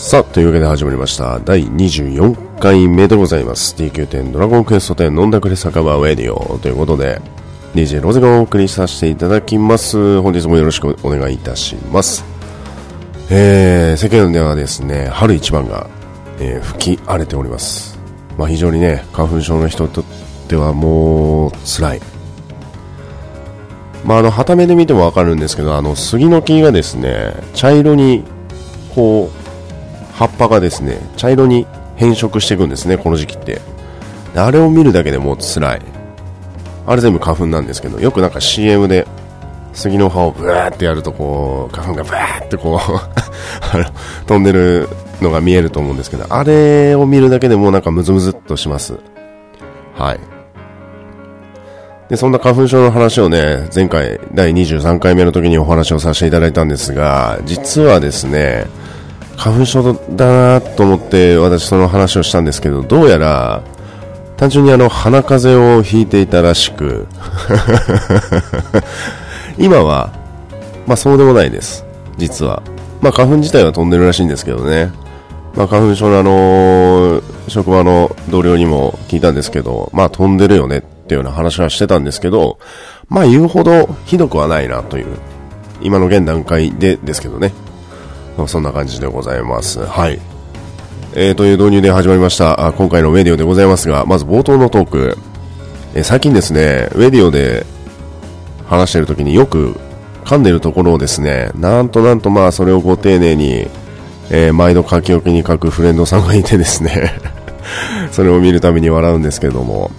さあ、というわけで始まりました第24回目でございます。 DQ10 ドラゴンクエスト10飲んだくれ酒場ウェディオということで DJ ロゼがお送りさせていただきます。本日もよろしくお願いいたします。世間ではですね、春一番が、吹き荒れております。非常にね、花粉症の人にとってはもう辛い。傍目で見てもわかるんですけど、杉の木がですね、茶色にこう葉っぱがですね、茶色に変色していくんですね、この時期って。あれを見るだけでもう辛い。あれ全部花粉なんですけど、よくなんか CM で杉の葉をブワーってやるとこう花粉がブワーってこう飛んでるのが見えると思うんですけど、あれを見るだけでもうなんかムズムズっとします。はい。で、そんな花粉症の話をね、前回第23回目の時にお話をさせていただいたんですが、実はですね、花粉症だなと思って私その話をしたんですけど、どうやら単純に鼻風邪をひいていたらしく今はそうでもないです。実は花粉自体は飛んでるらしいんですけどね。花粉症の職場の同僚にも聞いたんですけど、飛んでるよねっていうような話はしてたんですけど、言うほどひどくはないなという、今の現段階でですけどね。そんな感じでございます。はい。という導入で始まりました今回のウェディオでございますが、まず冒頭のトーク。最近ですね、ウェディオで話している時によく噛んでるところをですね、なんとそれをご丁寧に、毎度書き置きに書くフレンドさんがいてですねそれを見るたびに笑うんですけども、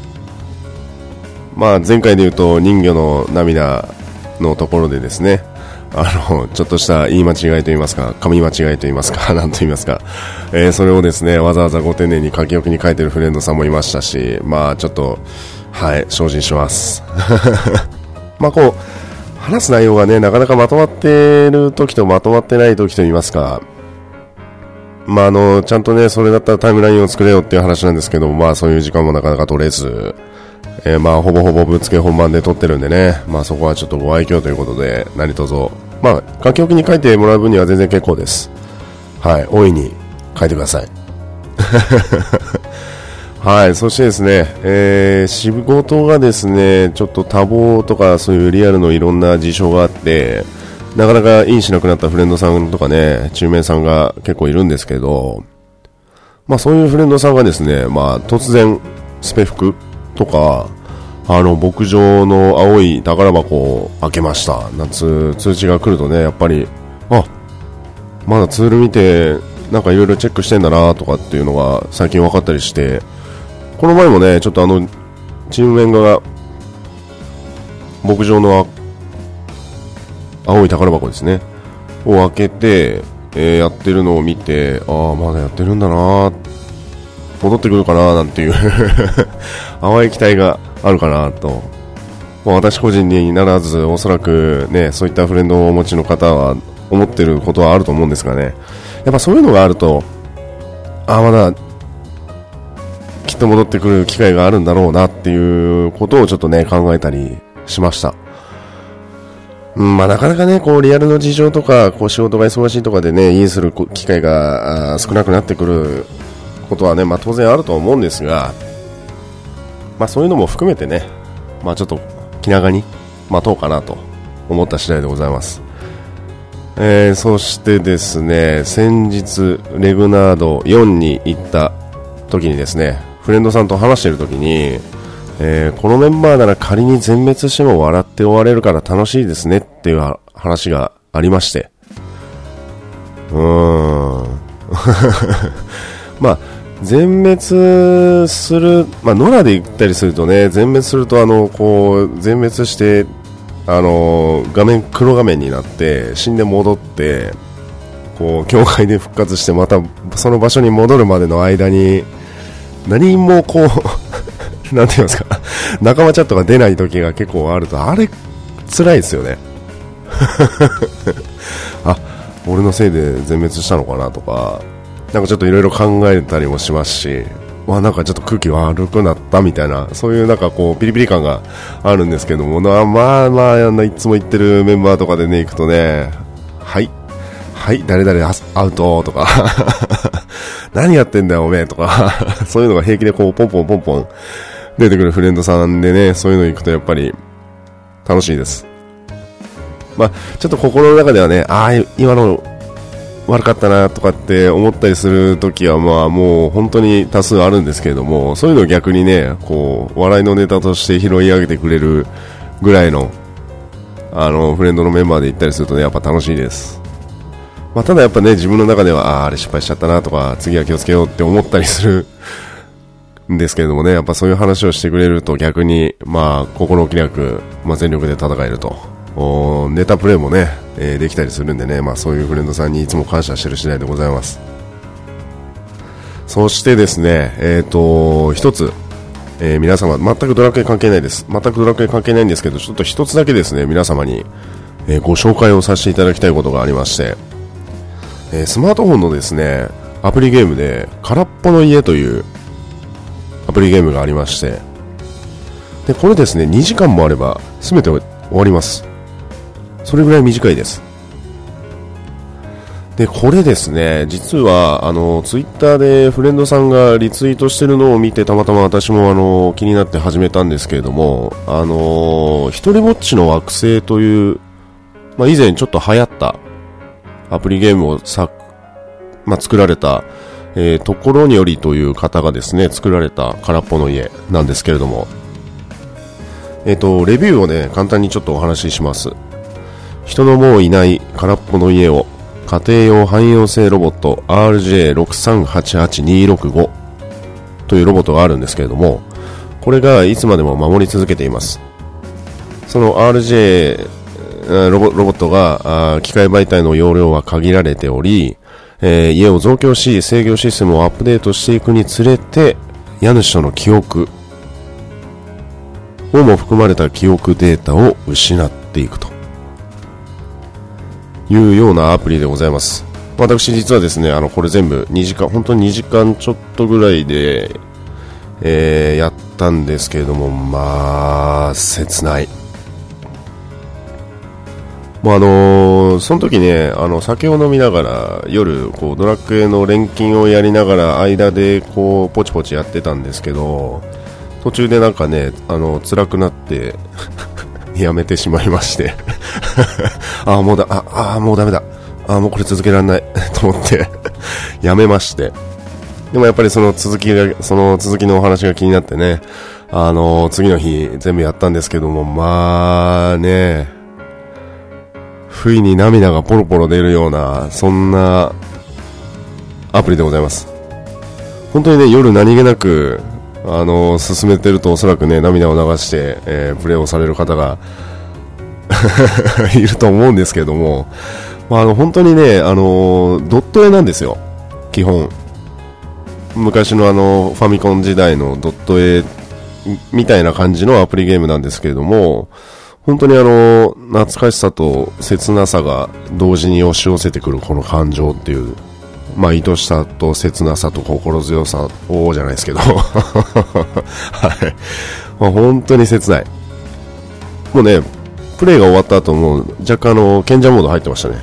前回で言うと人魚の涙のところでですね、ちょっとした言い間違いと言いますか、噛み間違いと言いますか、なんと言いますか、それをですね、わざわざご丁寧に書き置きに書いてるフレンドさんもいましたし、ちょっと、はい、精進します。こう、話す内容がね、なかなかまとまってる時とまとまってない時と言いますか、ちゃんとね、それだったらタイムラインを作れよっていう話なんですけど、そういう時間もなかなか取れず、ほぼほぼぶっつけ本番で撮ってるんでね、そこはちょっとご愛嬌ということで、何卒書き置きに書いてもらう分には全然結構です。はい、大いに書いてください。はい、そしてですね、仕事がですね、ちょっと多忙とかそういうリアルのいろんな事象があって、なかなかインしなくなったフレンドさんとかね、中面さんが結構いるんですけど、そういうフレンドさんがですね、突然スペ服とか、牧場の青い宝箱を開けました夏通知が来るとね、やっぱりまだツール見てなんかいろいろチェックしてんだなとかっていうのが最近分かったりして、この前もねちょっとチームメンバーが牧場の青い宝箱ですねを開けて、やってるのを見て、まだやってるんだな、戻ってくるかななんていう淡い期待があるかなと、私個人にならずおそらくね、そういったフレンドをお持ちの方は思ってることはあると思うんですがね、やっぱそういうのがあると、まだきっと戻ってくる機会があるんだろうなっていうことをちょっとね考えたりしました。なかなかね、こうリアルの事情とかこう仕事が忙しいとかでね、インする機会が少なくなってくることはね、当然あると思うんですが、そういうのも含めてね、ちょっと気長に待とうかなと思った次第でございます。そしてですね、先日レグナード4に行った時にですね、フレンドさんと話している時に、このメンバーなら仮に全滅しても笑って終われるから楽しいですねっていう話がありまして、全滅する、野良で行ったりするとね、全滅すると全滅して黒画面になって死んで戻って教会で復活してまたその場所に戻るまでの間に何もなんて言いますか仲間チャットが出ない時が結構あると、あれ辛いですよね俺のせいで全滅したのかなとか、なんかちょっといろいろ考えたりもしますし、なんかちょっと空気悪くなったみたいな、そういうなんかピリピリ感があるんですけども、いつも言ってるメンバーとかでね行くとね、はいはい、誰々アウトとか、何やってんだよおめえとか、そういうのが平気でこうポンポンポンポン出てくるフレンドさんでね、そういうの行くとやっぱり楽しいです。まあちょっと心の中ではね、今の悪かったなとかって思ったりするときはまあもう本当に多数あるんですけれども、そういうのを逆にね、こう笑いのネタとして拾い上げてくれるぐらいのフレンドのメンバーで行ったりするとね、やっぱ楽しいです。まあただやっぱね、自分の中ではあれ失敗しちゃったなとか、次は気をつけようって思ったりするんですけれどもね、やっぱそういう話をしてくれると逆にまあ心置きなく、まあ、全力で戦えると。ネタプレイもね、できたりするんでね、まあそういうフレンドさんにいつも感謝してる次第でございます。そしてですね、一つ、皆様全くドラクエ関係ないです。全くドラクエ関係ないんですけど、ちょっと一つだけですね、皆様に、ご紹介をさせていただきたいことがありまして、スマートフォンのですね、アプリゲームで空っぽの家というアプリゲームがありまして、でこれですね、2時間もあれば全て終わります。それぐらい短いです。でこれですね、実はツイッターでフレンドさんがリツイートしてるのを見て、たまたま私も気になって始めたんですけれども、一人ぼっちの惑星という、まあ、以前ちょっと流行ったアプリゲームを作られた、ところによりという方がですね作られた空っぽの家なんですけれども、レビューをね簡単にちょっとお話しします。人のもういない空っぽの家を家庭用汎用性ロボット RJ6388265 というロボットがあるんですけれども、これがいつまでも守り続けています。その RJ ロボットが機械媒体の容量は限られており、家を増強し制御システムをアップデートしていくにつれて、家主との記憶をも含まれた記憶データを失っていくというようなアプリでございます。私実はですね、これ全部2時間、本当に2時間ちょっとぐらいで、やったんですけれども、まあ切ない。もうその時ね、酒を飲みながら夜こうドラクエの錬金をやりながら間でこうポチポチやってたんですけど、途中でなんかね辛くなってやめてしまいましてもうダメだ、もうこれ続けられないと思ってやめまして、でもやっぱりその続きのお話が気になってね、次の日全部やったんですけども、まあね、不意に涙がポロポロ出るようなそんなアプリでございます。本当にね、夜何気なく進めてるとおそらくね涙を流して、プレイをされる方がいると思うんですけれども、本当にねドット絵なんですよ。基本昔のファミコン時代のドット絵みたいな感じのアプリゲームなんですけれども、本当に懐かしさと切なさが同時に押し寄せてくるこの感情っていう、まあ愛しさと切なさと心強さをじゃないですけどはい、本当に切ない。もうねプレイが終わった後も若干賢者モード入ってましたね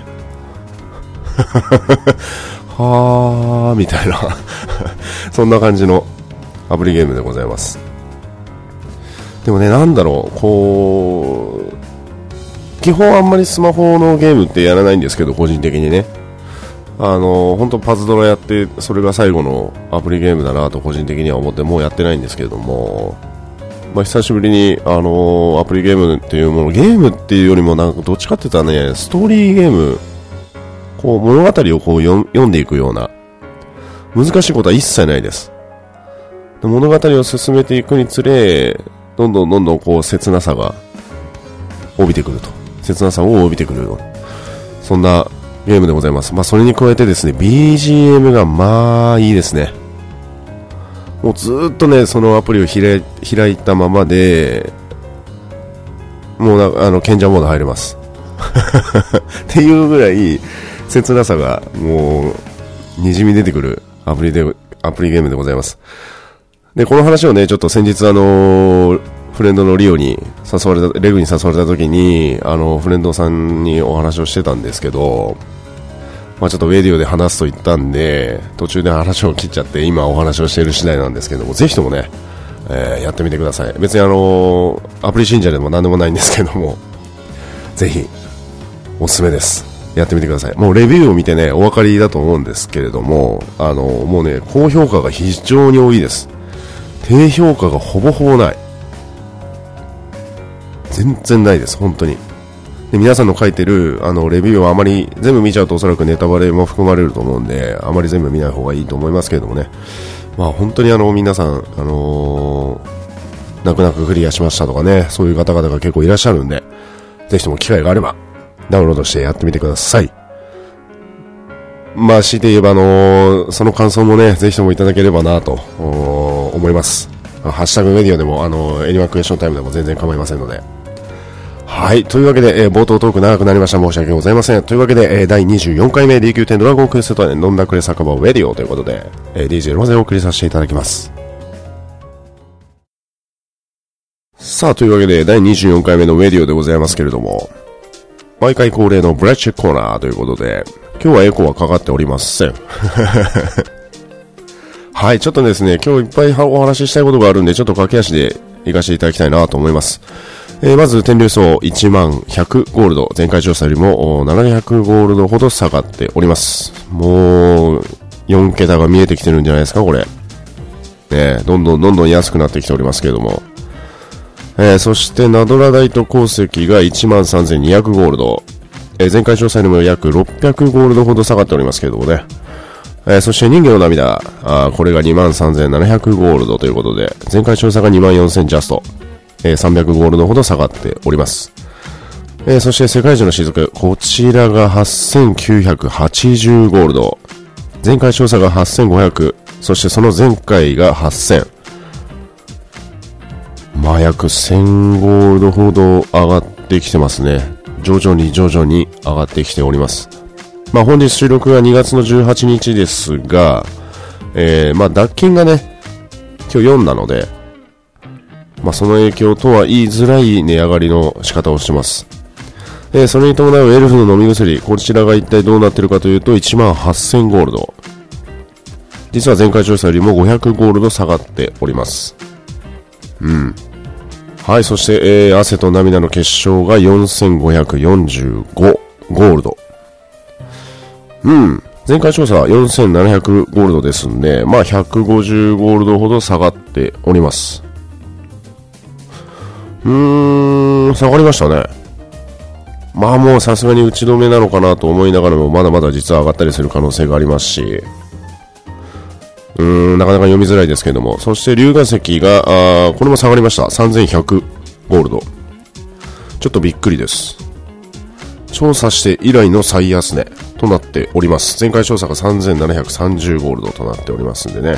はーみたいなそんな感じのアプリゲームでございます。でもね、なんだろう、こう基本あんまりスマホのゲームってやらないんですけど、個人的にね本当パズドラやってそれが最後のアプリゲームだなと個人的には思ってもうやってないんですけれども、久しぶりにアプリゲームっていうもの、ゲームっていうよりもなんかどっちかって言ったらね、ストーリーゲーム、こう物語をこう読んでいくような難しいことは一切ないです。物語を進めていくにつれ、どんどんこう切なさが帯びてくると、切なさを帯びてくるよ、そんなゲームでございます。それに加えてですね、 BGM がまあいいですね。もうずっとねそのアプリを開いたままでもう賢者モード入れますっていうぐらい切なさがもうにじみ出てくるアプリゲームでございます。でこの話をねちょっと先日フレンドのレグに誘われた時にフレンドさんにお話をしてたんですけど、 ちょっとウェディオで話すと言ったんで、途中で話を切っちゃって今お話をしている次第なんですけども、ぜひともね、やってみてください。別にアプリ信者でも何でもないんですけども、ぜひおすすめです。やってみてください。もうレビューを見てね、お分かりだと思うんですけれども、もうね、高評価が非常に多いです。低評価がほぼほぼない。全然ないです、本当に。で、皆さんの書いてるレビューはあまり全部見ちゃうとおそらくネタバレも含まれると思うんで、あまり全部見ない方がいいと思いますけれどもね。本当に皆さん泣く泣くクリアしましたとかね、そういう方々が結構いらっしゃるんで、ぜひとも機会があればダウンロードしてやってみてください。強いて言えばその感想もね、ぜひともいただければなと思います。ハッシュタグメディオでもエニワクエスチョンタイムでも全然構いませんので。はい。というわけで、冒頭トーク長くなりました。申し訳ございません。というわけで、第24回目 DQ10 ドラゴンクエスト飲んだくれ酒場ウェディオということで、DJ ロマゼをお送りさせていただきます。さあ、というわけで、第24回目のウェディオでございますけれども、毎回恒例のブラッチェックコーナーということで、今日はエコはかかっておりません。はい。ちょっとですね、今日いっぱいお話ししたいことがあるんで、ちょっと駆け足で行かせていただきたいなと思います。まず、天竜層10100ゴールド。前回調査よりも700ゴールドほど下がっております。もう、4桁が見えてきてるんじゃないですか、これ。ね、どんどん安くなってきておりますけれども。そして、ナドラダイト鉱石が13200ゴールド。前回調査よりも約600ゴールドほど下がっておりますけれどもね。そして人魚の涙。これが23700ゴールドということで、前回調査が24000ジャスト。300ゴールドほど下がっております。そして世界中の雫、こちらが8980ゴールド。前回調査が8500、そしてその前回が8000。約1000ゴールドほど上がってきてますね。徐々に上がってきております。本日収録が2月の18日ですが、脱金がね、今日4なので、その影響とは言いづらい値上がりの仕方をしてます。それに伴うエルフの飲み薬、こちらが一体どうなっているかというと、18000ゴールド。実は前回調査よりも500ゴールド下がっております。はい、そして、汗と涙の結晶が4545ゴールド。前回調査は4700ゴールドですんで、150ゴールドほど下がっております。下がりましたね。もうさすがに打ち止めなのかなと思いながらも、まだまだ実は上がったりする可能性がありますし、なかなか読みづらいですけども。そして龍河石が、これも下がりました。3100ゴールド。ちょっとびっくりです。調査して以来の最安値となっております。前回調査が3730ゴールドとなっておりますんでね。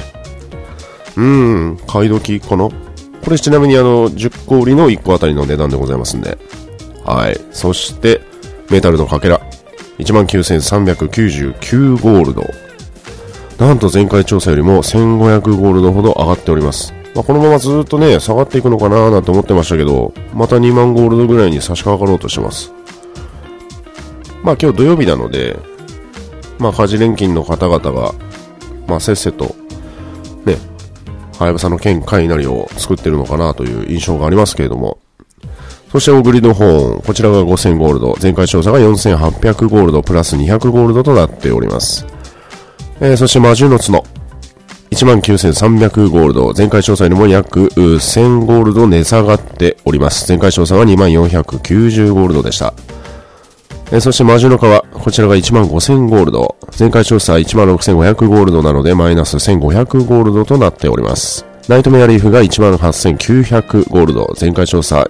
買い時かな。これちなみに10個売りの1個あたりの値段でございますんで。はい。そして、メタルのかけら。19399ゴールド。なんと前回調査よりも1500ゴールドほど上がっております。このままずっとね、下がっていくのかなーなんて思ってましたけど、また2万ゴールドぐらいに差し掛かろうとしてます。今日土曜日なので、家事連勤の方々が、せっせと、ね、はやぶさの剣かいなりを作ってるのかなという印象がありますけれども。そしてオグリッドホーン、こちらが5000ゴールド、前回調査が4800ゴールドプラス200ゴールドとなっております。そして魔獣の角、19300ゴールド、前回調査よりも約1000ゴールド値下がっております。前回調査は24490ゴールドでした。そして魔獣の皮、こちらが15000ゴールド、前回調査16500ゴールドなのでマイナス1500ゴールドとなっております。ナイトメアリーフが18900ゴールド、前回調査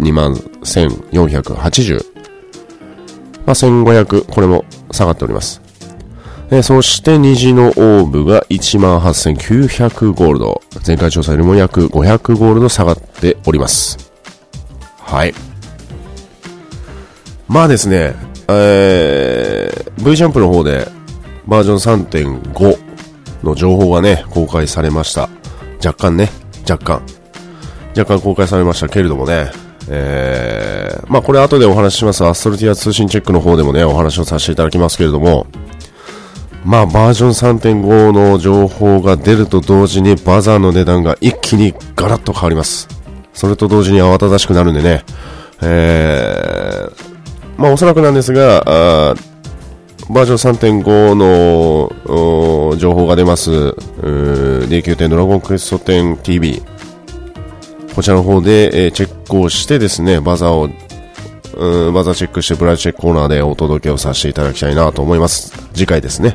21480、1500、これも下がっております。そして虹のオーブが18900ゴールド、前回調査よりも約500ゴールド下がっております。はい。ですね、V ジャンプの方でバージョン 3.5 の情報がね公開されました。若干公開されましたけれどもね、これ後でお話ししますアストルティア通信チェックの方でもねお話をさせていただきますけれども、 バージョン 3.5 の情報が出ると同時にバザーの値段が一気にガラッと変わります。それと同時に慌ただしくなるんでね、おそらくなんですが、バージョン 3.5 の情報が出ます D9.ドラゴンクエスト 10TV、 こちらの方で、チェックをしてですね、バザーチェックしてブライトチェックコーナーでお届けをさせていただきたいなと思います。次回ですね。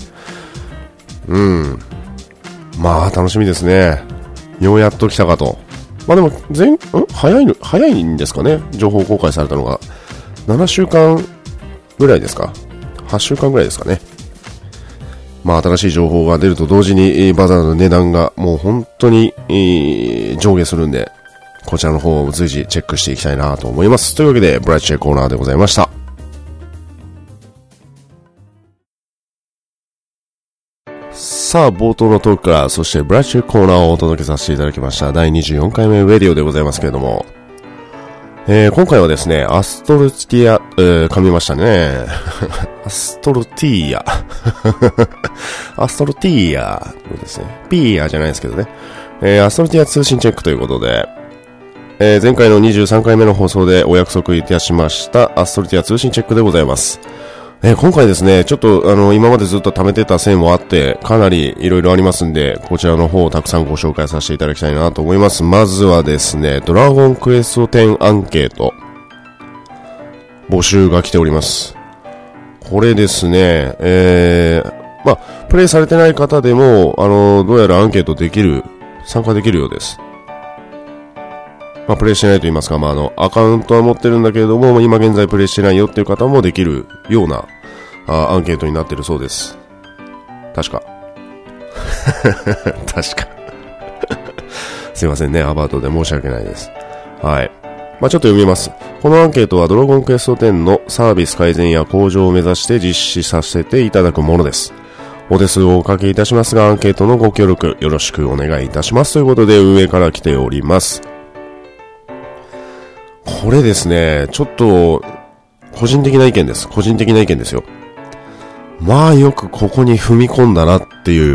楽しみですね。ようやっと来たかと。でも早いんですかね、情報公開されたのが。7週間ぐらいですか、8週間ぐらいですかね。新しい情報が出ると同時にバザーの値段がもう本当に上下するんで、こちらの方を随時チェックしていきたいなと思います。というわけでブライトチェックコーナーでございました。さあ、冒頭のトークから、そしてブライトチェックコーナーをお届けさせていただきました。第24回目ウェディオでございますけれども、今回はですね、アストルティア、噛みましたね。アストルティア。アストルティアですね。ピーアじゃないですけどね。アストルティア通信チェックということで、前回の23回目の放送でお約束いたしましたアストルティア通信チェックでございます。今回ですね、ちょっと今までずっと貯めてた線もあって、かなりいろいろありますんで、こちらの方をたくさんご紹介させていただきたいなと思います。まずはですね、ドラゴンクエスト10アンケート、募集が来ております。これですね、プレイされてない方でも、どうやらアンケート参加できるようです。プレイしてないと言いますか、アカウントは持ってるんだけれども、今現在プレイしてないよっていう方もできるようなアンケートになってるそうです。確か。確か。すいませんね、アバウトで申し訳ないです。はい。ちょっと読みます。このアンケートはドラゴンクエスト10のサービス改善や向上を目指して実施させていただくものです。お手数をおかけいたしますが、アンケートのご協力よろしくお願いいたします。ということで、運営から来ております。これですね、ちょっと個人的な意見ですよ。よくここに踏み込んだなっていう、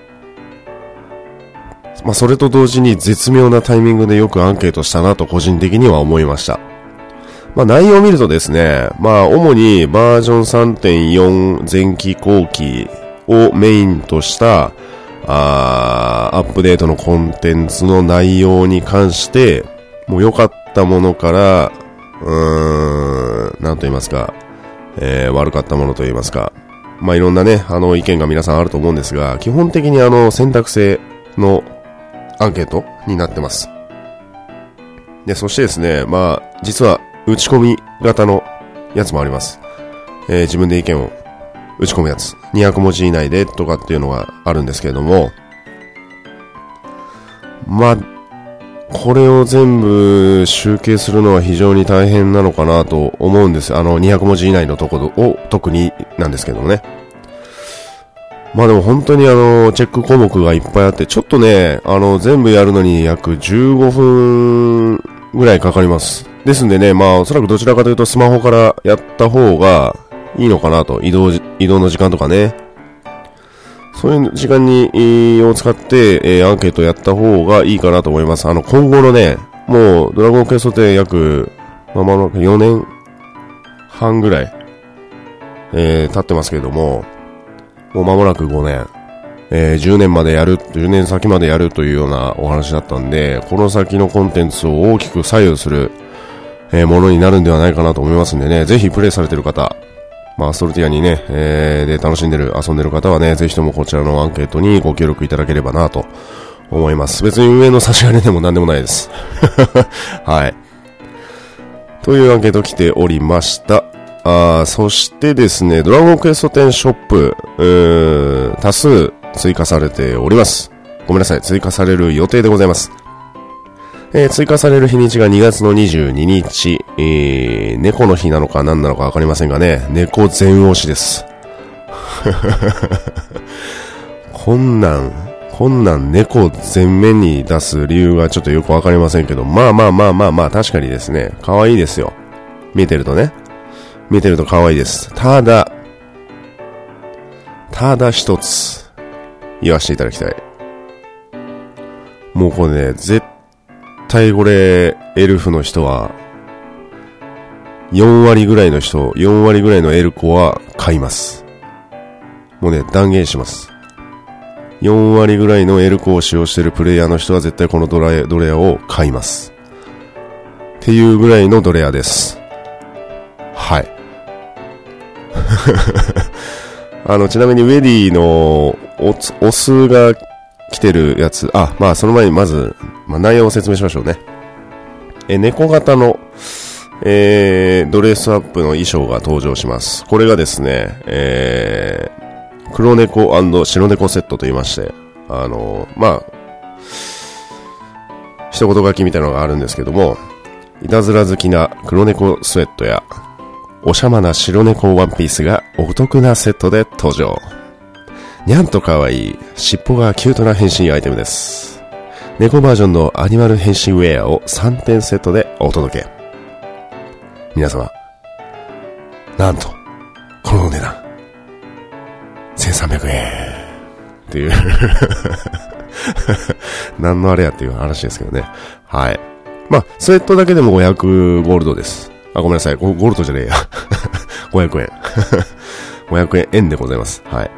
それと同時に絶妙なタイミングでよくアンケートしたなと個人的には思いました。内容を見るとですね、主にバージョン 3.4 前期後期をメインとしたアップデートのコンテンツの内容に関して、もう良かったものから、なんと言いますか、悪かったものと言いますか、いろんなね、意見が皆さんあると思うんですが、基本的に選択制のアンケートになってます。で、そしてですね、実は打ち込み型のやつもあります。自分で意見を打ち込むやつ。200文字以内でとかっていうのがあるんですけれども、これを全部集計するのは非常に大変なのかなと思うんです。200文字以内のところを特になんですけどもね。でも本当にチェック項目がいっぱいあって、ちょっとね、全部やるのに約15分ぐらいかかります。ですんでね、おそらくどちらかというとスマホからやった方がいいのかなと、移動の時間とかね。そういう時間を使って、アンケートやった方がいいかなと思います。今後のね、もうドラゴンクエスト10約、4年半ぐらい、経ってますけれども、もう間もなく5年、10年までやる、10年先までやるというようなお話だったんで、この先のコンテンツを大きく左右する、ものになるんではないかなと思いますんでね、ぜひプレイされてる方、アストルティアにね、で楽しんでる、遊んでる方はね、ぜひともこちらのアンケートにご協力いただければなと思います。別に運営の差し金でも何でもないです。はい。というアンケート来ておりました。そしてですね、ドラゴンクエスト10ショップ、多数追加されております。ごめんなさい、追加される予定でございます。追加される日にちが2月の22日、猫の日なのか何なのかわかりませんがね、猫全押しです。こんなん猫全面に出す理由がちょっとよくわかりませんけど、確かにですね、可愛いですよ。見てると可愛いです。ただただ一つ言わせていただきたい。もうこれね、絶対これエルフの人は4割ぐらいのエルコは買います。もうね、断言します。4割ぐらいのエルコを使用しているプレイヤーの人は絶対このドレアを買います。っていうぐらいのドレアです。はい。ちなみにウェディのオスが来てるやつ、まあその前にまず、内容を説明しましょうね。猫型のドレスアップの衣装が登場します。これがですね、黒猫&白猫セットと言いまして、一言書きみたいなのがあるんですけども、いたずら好きな黒猫スウェットや、おしゃまな白猫ワンピースがお得なセットで登場。にゃんとかわいい、尻尾がキュートな変身アイテムです。猫バージョンのアニマル変身ウェアを3点セットでお届け。皆様、なんと、このお値段、1300円っていう何のあれやっていう話ですけどね。はい。スウェットだけでも500ゴールドです。ごめんなさい。ゴールドじゃねえや。500円。500円でございます。はい。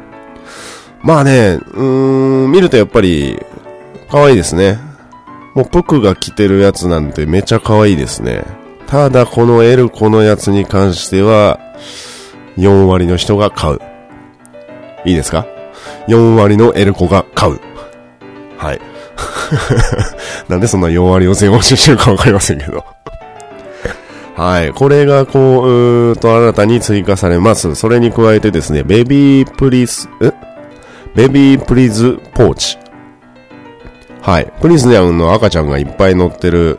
見るとやっぱり、可愛いですね。もうプクが着てるやつなんてめちゃ可愛いですね。ただこのエルコのやつに関しては、4割の人が買う。いいですか？ 4 割のエルコが買う。はい。なんでそんな4割を全押ししてるかわかりませんけど。はい。これが新たに追加されます。それに加えてですね、ベビープリズポーチ。はい。プリズニャンの赤ちゃんがいっぱい乗ってる、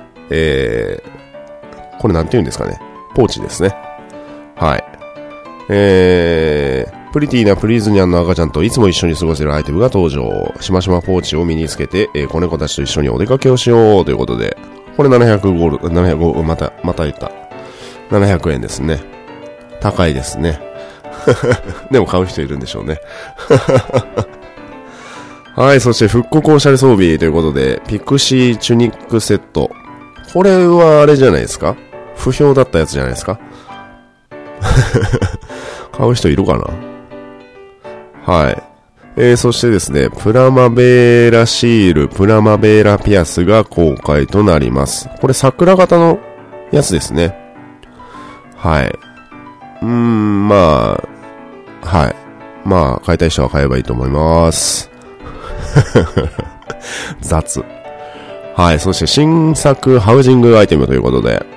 これなんて言うんですかね。ポーチですね。はい。プリティなプリズニャンの赤ちゃんといつも一緒に過ごせるアイテムが登場。しましまポーチを身につけて、子猫たちと一緒にお出かけをしようということで、これ700ゴール、700、また言った。700円ですね。高いですね。でも買う人いるんでしょうね。はい、そして復刻オシャレ装備ということで、ピクシーチュニックセット。これはあれじゃないですか？不評だったやつじゃないですか？買う人いるかな？はい。そしてですね、プラマベーラシール、プラマベーラピアスが公開となります。これ桜型のやつですね。はい。はい。買いたい人は買えばいいと思います。雑。はい。そして新作ハウジングアイテムということで、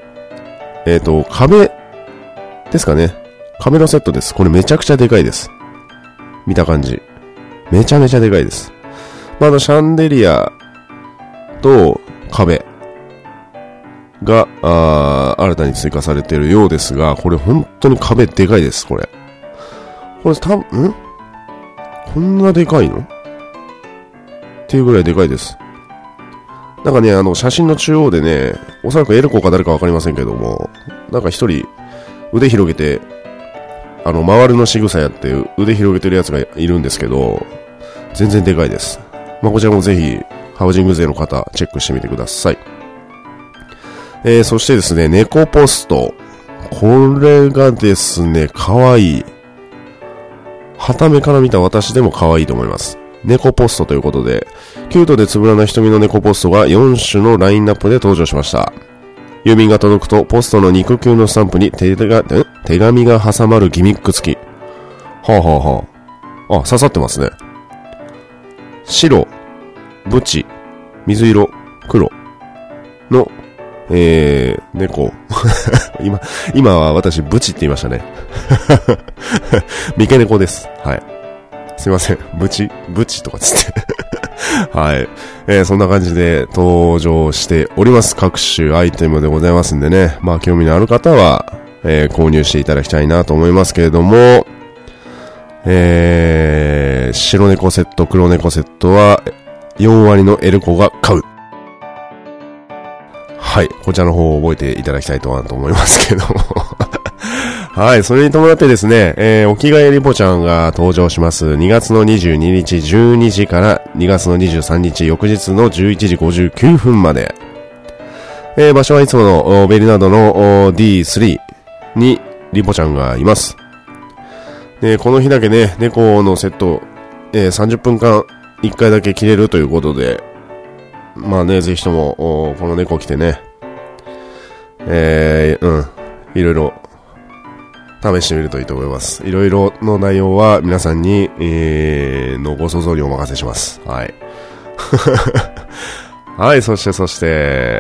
壁ですかね。壁のセットです。これめちゃくちゃでかいです。見た感じ。めちゃめちゃでかいです。シャンデリアと壁が、新たに追加されているようですが、これ本当に壁でかいです、これこんなでかいのっていうぐらいでかいです。なんかね、写真の中央でね、おそらくエルコか誰かわかりませんけども、なんか一人、腕広げて、回るの仕草やって腕広げてるやつがいるんですけど、全然でかいです。こちらもぜひ、ハウジング税の方、チェックしてみてください。そしてですね、猫ポスト。これがですね、かわいい。傍目から見た私でも可愛いと思います。猫ポストということで、キュートでつぶらな瞳の猫ポストが4種のラインナップで登場しました。郵便が届くとポストの肉球のスタンプに手紙が挟まるギミック付き。刺さってますね。白、ブチ、水色、黒の、猫。今は私ブチって言いましたね。三毛猫です。はい。すいません。ブチとかつって。はい。そんな感じで登場しております。各種アイテムでございますんでね。興味のある方は、購入していただきたいなと思いますけれども、白猫セット、黒猫セットは4割のエルコが買う。はい。こちらの方を覚えていただきたいと思いますけれども。 はい、それに伴ってですね、お着替えリポちゃんが登場します。2月の22日12時から2月の23日翌日の11時59分まで。場所はいつものベリナードの D3 にリポちゃんがいます。で、この日だけね、猫のセット、30分間1回だけ着れるということで、まあね、ぜひとも、この猫着てね、いろいろ試してみるといいと思います。いろいろの内容は皆さんに、のご想像にお任せします。はい。はい、そして、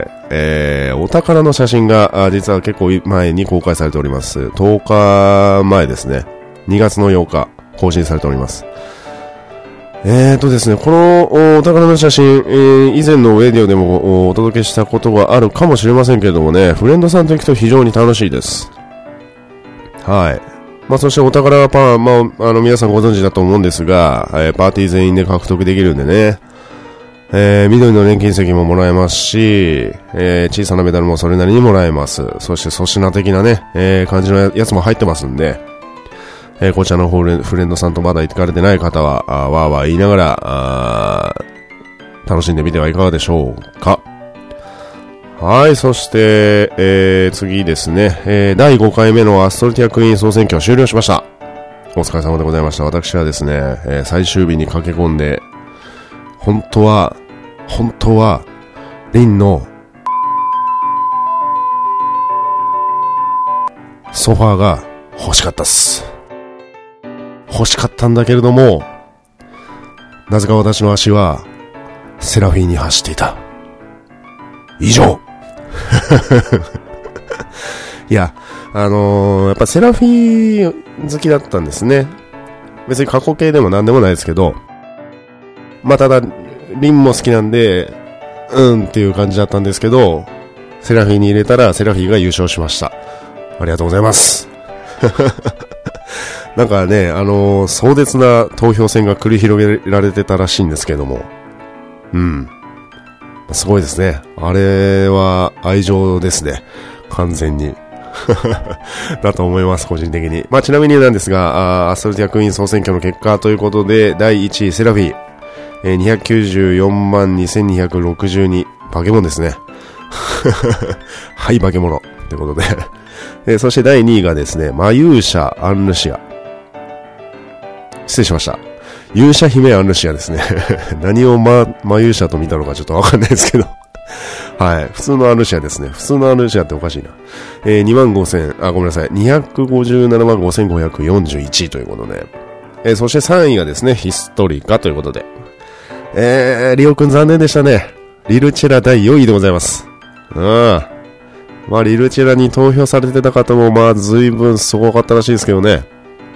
お宝の写真が、実は結構前に公開されております。10日前ですね。2月の8日、更新されております。ですね、このお宝の写真、以前のウェディオでもお届けしたことがあるかもしれませんけれどもね、フレンドさんと行くと非常に楽しいです。はい。まあ、そしてお宝は皆さんご存知だと思うんですが、パーティー全員で獲得できるんでね、緑の錬金石ももらえますし、小さなメダルもそれなりにもらえます。そして粗品的なね、感じのやつも入ってますんで、こちらのフレンドさんとまだ行かれてない方は、わーわー言いながら、楽しんでみてはいかがでしょうか。はい、そして、次ですね、第5回目のアストルティアクイーン総選挙終了しました。お疲れ様でございました。私はですね、最終日に駆け込んで、本当は、リンの、ソファーが欲しかったっす。欲しかったんだけれども、なぜか私の足は、セラフィーに走っていた。以上いや、やっぱセラフィー好きだったんですね。別に過去形でも何でもないですけど、まあただ、リンも好きなんで、っていう感じだったんですけど、セラフィーに入れたらセラフィーが優勝しました。ありがとうございます。なんかね、壮絶な投票戦が繰り広げられてたらしいんですけども、すごいですね。あれは愛情ですね。完全に。だと思います、個人的に。まあちなみになんですが、アストルティアクイーン総選挙の結果ということで、第1位セラフィー、294万2262、化け物ですね。はい、化け物。ということで。そして第2位がですね、マユーシャ・アンルシア。失礼しました。勇者姫アンルシアですね。何をマユーシャと見たのかちょっとわかんないですけど。はい。普通のアンルシアですね。普通のアンルシアっておかしいな。255,000、ごめんなさい。257万5541ということで。そして3位がですね、ヒストリカということで。リオくん残念でしたね。リルチェラ第4位でございます。まあ、リルチェラに投票されてた方も、まあ、随分すごかったらしいですけどね。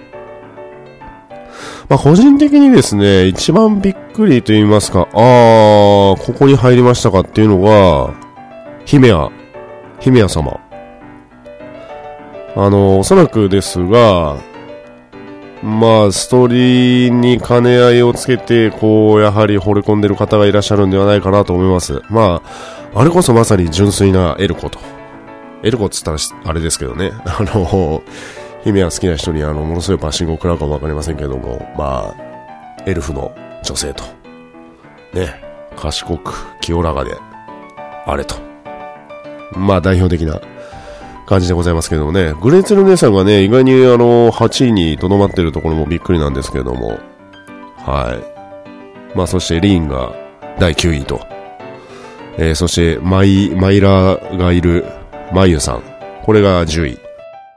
まあ、個人的にですね、一番びっくりと言いますか、ここに入りましたかっていうのが、姫谷様。おそらくですが、まあ、ストーリーに兼ね合いをつけて、こう、やはり惚れ込んでる方がいらっしゃるんではないかなと思います。まあ、あれこそまさに純粋なエルコと。エルコっつったらあれですけどね。姫は好きな人にものすごいバッシングを食らうかもわかりませんけども、まあ、エルフの女性と。ね、賢く清らかで、あれと。まあ、代表的な感じでございますけどもね。グレーツル姉さんがね、意外に8位に留まってるところもびっくりなんですけども。はい。まあ、そしてリーンが第9位と。そしてマイラがいるマユさん。これが10位。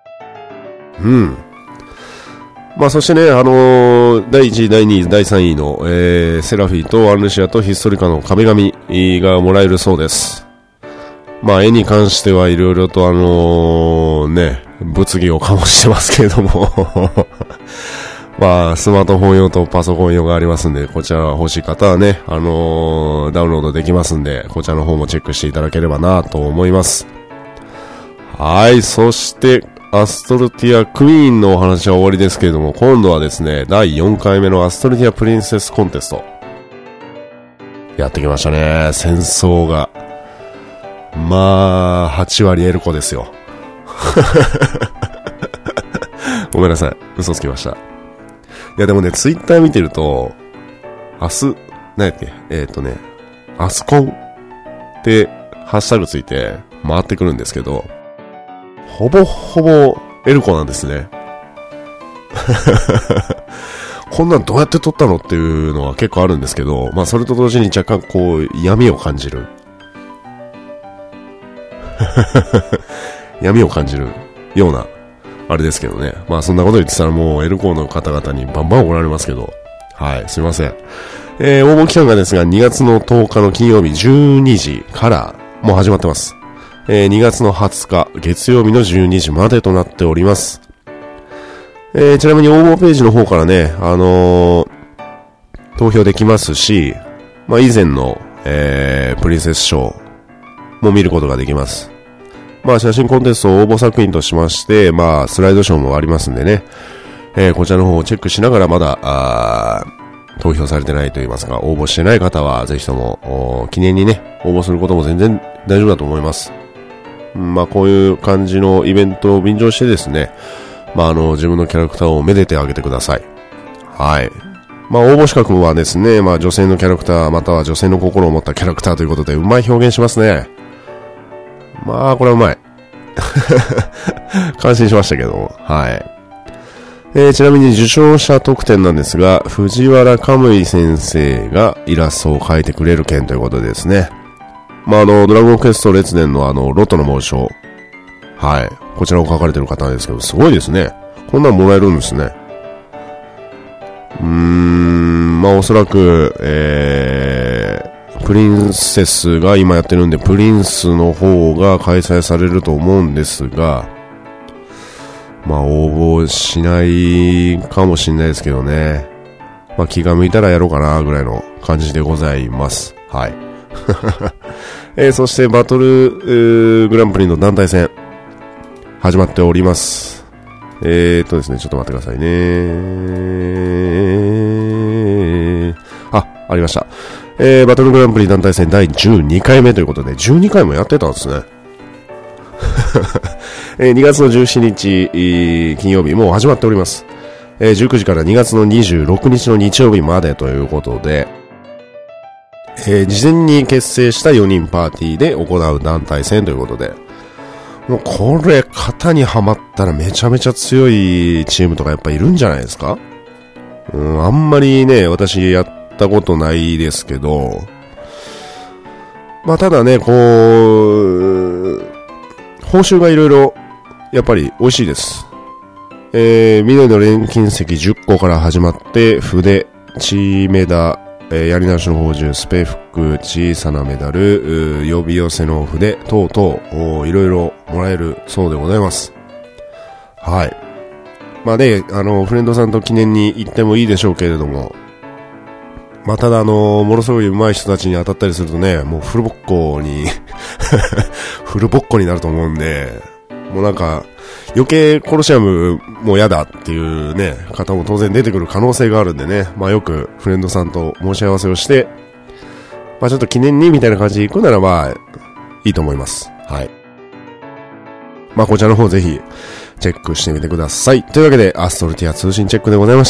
まあ、そしてね、第1位、第2位、第3位の、セラフィーとアンルシアとヒストリカの壁紙がもらえるそうです。まあ、絵に関してはいろいろとね、物議を醸してますけれどもまあ、スマートフォン用とパソコン用がありますんで、こちら欲しい方はね、ダウンロードできますんで、こちらの方もチェックしていただければなと思います。はい、そして、アストルティアクイーンのお話は終わりですけれども、今度はですね、第4回目のアストルティアプリンセスコンテスト。やってきましたね、戦争が。まあ、8割エルコですよ。 ごめんなさい。嘘つきました。いやでもね、ツイッター見てると、何やっけアスコンってハッシュタグついて回ってくるんですけど、ほぼほぼエルコなんですね。こんなんどうやって撮ったのっていうのは結構あるんですけど、まあそれと同時に若干こう闇を感じる。闇を感じるような、あれですけどね。まあそんなこと言ってたらもうエルコーの方々にバンバン怒られますけど。はい、すいません。応募期間がですが2月の10日の金曜日12時からもう始まってます。2月の20日月曜日の12時までとなっております。ちなみに応募ページの方からね、投票できますし、まあ以前の、プリンセスショーも見ることができます。まあ写真コンテスト応募作品としまして、まあスライドショーもありますんでね、こちらの方をチェックしながらまだ、投票されてないと言いますか、応募してない方はぜひとも、記念にね、応募することも全然大丈夫だと思います。まあこういう感じのイベントを便乗してですね、まあ自分のキャラクターをめでてあげてください。はい。まあ応募資格はですね、まあ女性のキャラクターまたは女性の心を持ったキャラクターということでうまい表現しますね。まあこれはうまい。感心しましたけど、はい。ちなみに受賞者特典なんですが、藤原カムイ先生がイラストを描いてくれる件ということでですね。まあドラゴンクエスト列伝のロトの紋章。はい。こちらを書かれてる方ですけど、すごいですね。こんなんもらえるんですね。まあおそらく、プリンセスが今やってるんで、プリンスの方が開催されると思うんですが、まあ応募しないかもしれないですけどね。まあ気が向いたらやろうかなぐらいの感じでございます。はい。そしてバトルグランプリの団体戦始まっております。ですね、ちょっと待ってくださいね。ありました。バトルグランプリ団体戦第12回目ということで、12回もやってたんですね。2月の17日金曜日もう始まっております。19時から2月の26日の日曜日までということで、事前に結成した4人パーティーで行う団体戦ということで、もうこれ型にはまったらめちゃめちゃ強いチームとかやっぱいるんじゃないですか？あんまりね、私やったことないですけど、まあただね、こう、報酬がいろいろやっぱり美味しいです。緑の錬金石10個から始まって、筆、血メダ、やり直しの宝珠、スペフック、小さなメダル、呼び寄せの筆等々いろいろもらえるそうでございます。はい。まあね、フレンドさんと記念に行ってもいいでしょうけれども、まあただものすごい上手い人たちに当たったりするとね、もうフルボッコにフルボッコになると思うんで、もうなんか余計コロシアムも嫌だっていうね方も当然出てくる可能性があるんでね、まあよくフレンドさんと申し合わせをして、まあちょっと記念にみたいな感じで行くならまあいいと思います。はい。まあこちらの方ぜひチェックしてみてください。というわけでアストルティア通信チェックでございました。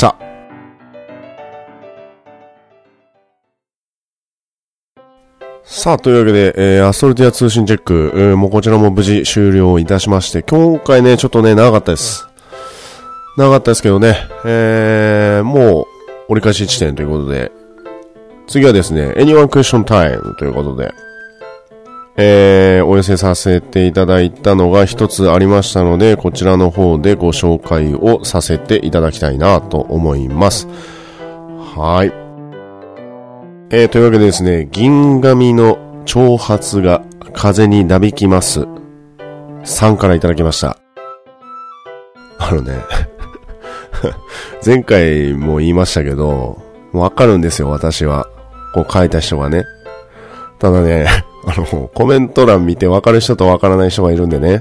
さあ、というわけで、アストルティア通信チェック、もうこちらも無事終了いたしまして、今回ね、ちょっとね、長かったです。長かったですけどね、もう折り返し地点ということで、次はですね、Anyone Question Time ということで、お寄せさせていただいたのが一つありましたので、こちらの方でご紹介をさせていただきたいなと思います。はい。というわけでですね、銀紙の長髪が風になびきますさんからいただきました。前回も言いましたけど、もうわかるんですよ、私は。こう書いた人がね。ただね、コメント欄見てわかる人とわからない人がいるんでね。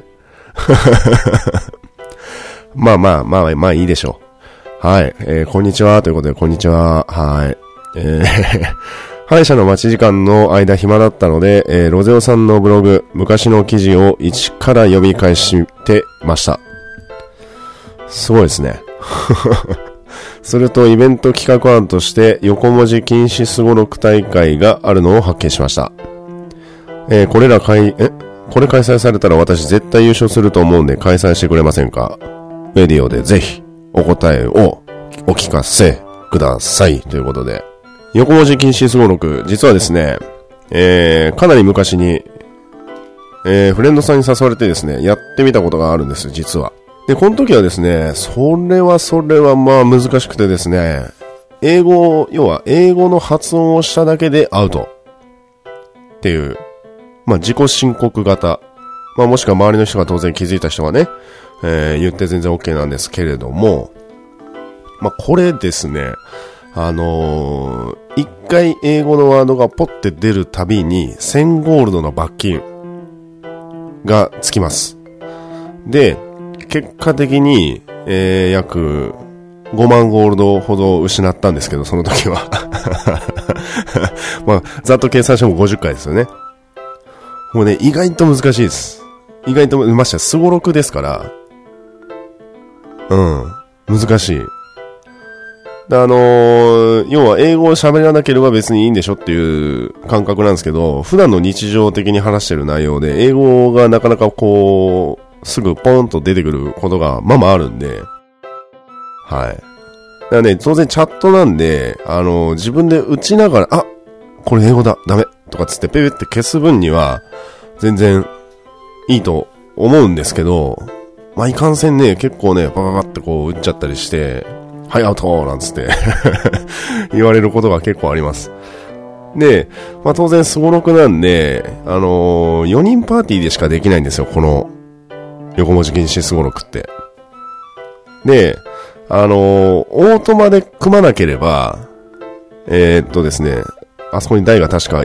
まあいいでしょう。はい。こんにちはということで、こんにちは。はい。歯医者の待ち時間の間暇だったので、ロゼオさんのブログ、昔の記事を一から読み返してました。 すごいですね。するとイベント企画案として横文字禁止すごろく大会があるのを発見しました。これ開催されたら私絶対優勝すると思うんで開催してくれませんか？レディオでぜひお答えをお聞かせください。ということで。横文字禁止すごろく、実はですね、かなり昔に、フレンドさんに誘われてですね、やってみたことがあるんです、実は。で、この時はですね、それはまあ難しくてですね、要は英語の発音をしただけでアウト。っていう、まあ自己申告型。まあもしくは周りの人が当然気づいた人がね、言って全然 OK なんですけれども、まあこれですね、一回英語のワードがポッて出るたびに1000ゴールドの罰金がつきます。で、結果的に、約5万ゴールドほど失ったんですけど、その時は。まあ、ざっと計算しても50回ですよね。もうね、意外と難しいです。意外と、ましてや、すごろくですから、難しい。要は英語を喋らなければ別にいいんでしょっていう感覚なんですけど、普段の日常的に話してる内容で、英語がなかなかこう、すぐポーンと出てくることがまああるんで、はい。だからね、当然チャットなんで、自分で打ちながら、あ、これ英語だ、ダメ、とかつってペペって消す分には、全然いいと思うんですけど、まあいかんせんね、結構ね、パパパってこう打っちゃったりして、はい、アウトなんつって言われることが結構あります。で、まあ当然スゴロクなんで、4人パーティーでしかできないんですよ、この横文字禁止スゴロクって。で、オートマで組まなければ、ですね、あそこに台が確か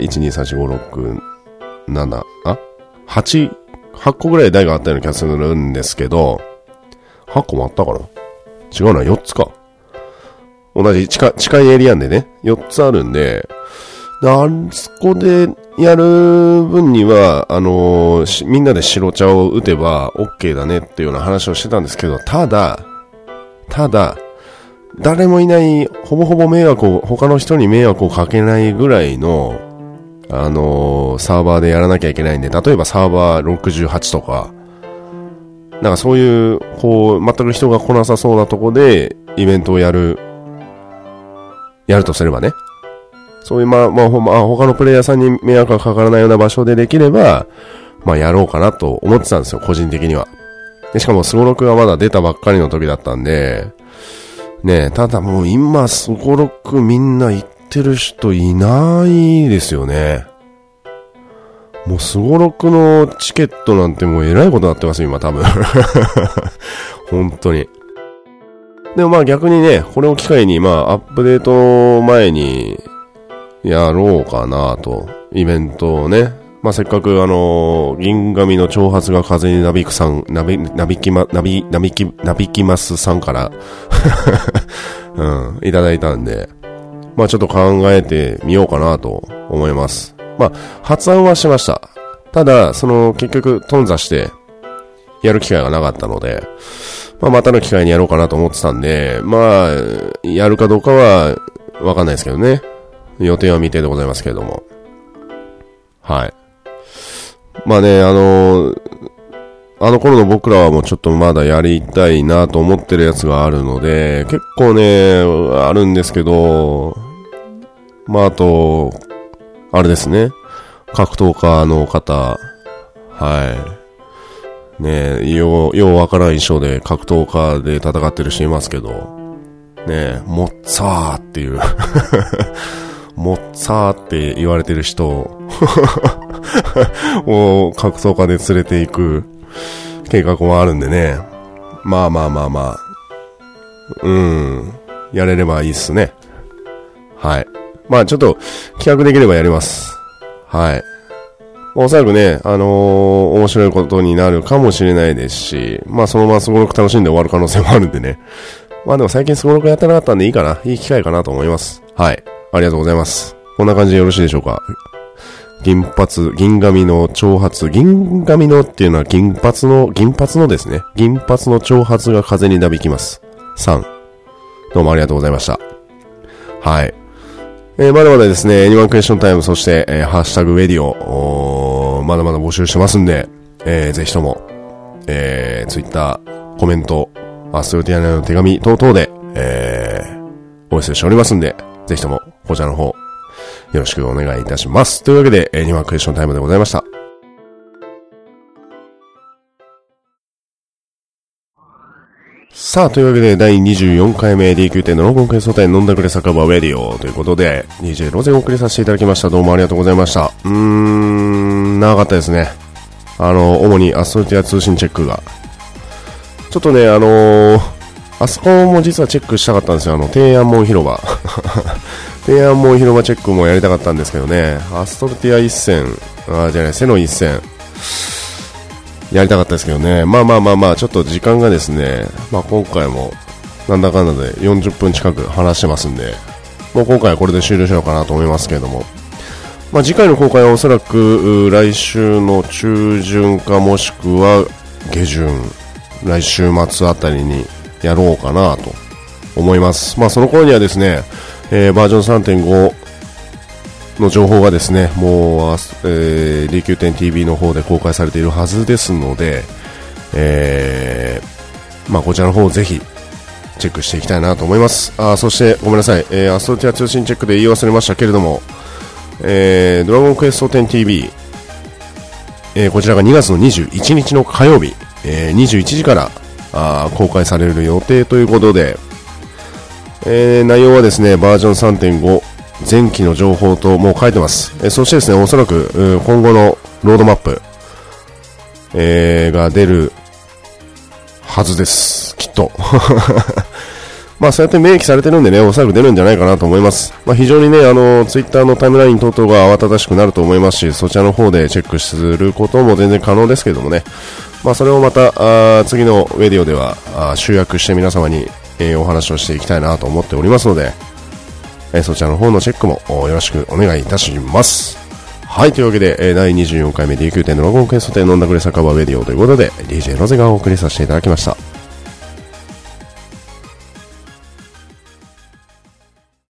1、2、3、4、5、6、7、8個ぐらい台があったような気がするんですけど、8個もあったかな？違うな、4つか。同じ近いエリアでね、4つあるんで、あそこでやる分には、みんなで白茶を打てば OK だねっていうような話をしてたんですけど、ただ、誰もいない、ほぼほぼ他の人に迷惑をかけないぐらいの、サーバーでやらなきゃいけないんで、例えばサーバー68とか、なんかそういう、こう、全く人が来なさそうなとこで、イベントをやるとすればね。そういう、他のプレイヤーさんに迷惑がかからないような場所でできれば、まあ、やろうかなと思ってたんですよ、個人的には。で、しかも、スゴロクがまだ出たばっかりの時だったんで、ね、ただもう今、スゴロクみんな行ってる人いないですよね。もうスゴロクのチケットなんてもうえらいことになってますよ、今多分。本当に。でもまあ逆にね、これを機会にまあアップデート前にやろうかなと、イベントをね。まあせっかく銀紙の挑発が風になびきますさんから、いただいたんで、まあちょっと考えてみようかなと思います。まあ発案はしました。ただ、結局頓挫して、やる機会がなかったので、まあまたの機会にやろうかなと思ってたんで、まあ、やるかどうかはわかんないですけどね。予定は未定でございますけれども。はい。まあね、あの頃の僕らはもうちょっとまだやりたいなと思ってるやつがあるので、結構ね、あるんですけど、まああと、あれですね。格闘家の方、はい。ねえ、ようわからん衣装で格闘家で戦ってる人いますけど、ねえ、モッツァーっていう、モッツァーって言われてる人を格闘家で連れて行く計画もあるんでね。まあ。やれればいいっすね。はい。まあちょっと企画できればやります。はい。おそらくね、面白いことになるかもしれないですし、まあそのままスゴロク楽しんで終わる可能性もあるんでね。まあでも最近スゴロクやってなかったんでいいかな。いい機会かなと思います。はい。ありがとうございます。こんな感じでよろしいでしょうか。 銀髪の長髪、銀髪のっていうのは銀髪のですね。銀髪の長髪が風になびきます。3。どうもありがとうございました。はい。まだまだですね、Anyoneクエスチョンタイム、そして、ハッシュタグウェディオ、まだまだ募集してますんで、ぜひとも、ツイッター、コメント、アストロティアナの手紙等々で、お寄せしておりますんで、ぜひとも、こちらの方、よろしくお願いいたします。というわけで、Anyoneクエスチョンタイムでございました。さあ、というわけで、第24回目 DQ 店のロゴンクエスト店飲んだくれ酒場ウェディオということで、DJ ロゼをお送りさせていただきました。どうもありがとうございました。長かったですね。主にアストルティア通信チェックが。ちょっとね、あそこも実はチェックしたかったんですよ。天安門広場。天安門広場チェックもやりたかったんですけどね。アストルティア一戦、セノ一戦。やりたかったですけどね。まあ、ちょっと時間がですね、今回も、なんだかんだで40分近く話してますんで、もう今回はこれで終了しようかなと思いますけれども、次回の公開はおそらく、来週の中旬かもしくは下旬、来週末あたりにやろうかなと思います。その頃にはですね、バージョン 3.5 の情報がですね、もう、DQ10TV の方で公開されているはずですので、こちらの方をぜひチェックしていきたいなと思います。そしてごめんなさい、アストルティア通信チェックで言い忘れましたけれども、ドラゴンクエスト 10TV、こちらが2月の21日の火曜日、21時から公開される予定ということで、内容はですね、バージョン 3.5前期の情報ともう書いてます。そしてですね、おそらく今後のロードマップ、が出るはずです。きっと。そうやって明記されてるんでね、おそらく出るんじゃないかなと思います。非常にね、ツイッターのタイムライン等々が慌ただしくなると思いますし、そちらの方でチェックすることも全然可能ですけれどもね。それをまた、次のウェディオでは、集約して皆様に、お話をしていきたいなと思っておりますので、そちらの方のチェックもよろしくお願いいたします。はい、というわけで、第24回目 DQ 店のロゴンクエスト店飲んだくれ酒場ウェディオということで、DJ ロゼがお送りさせていただきました。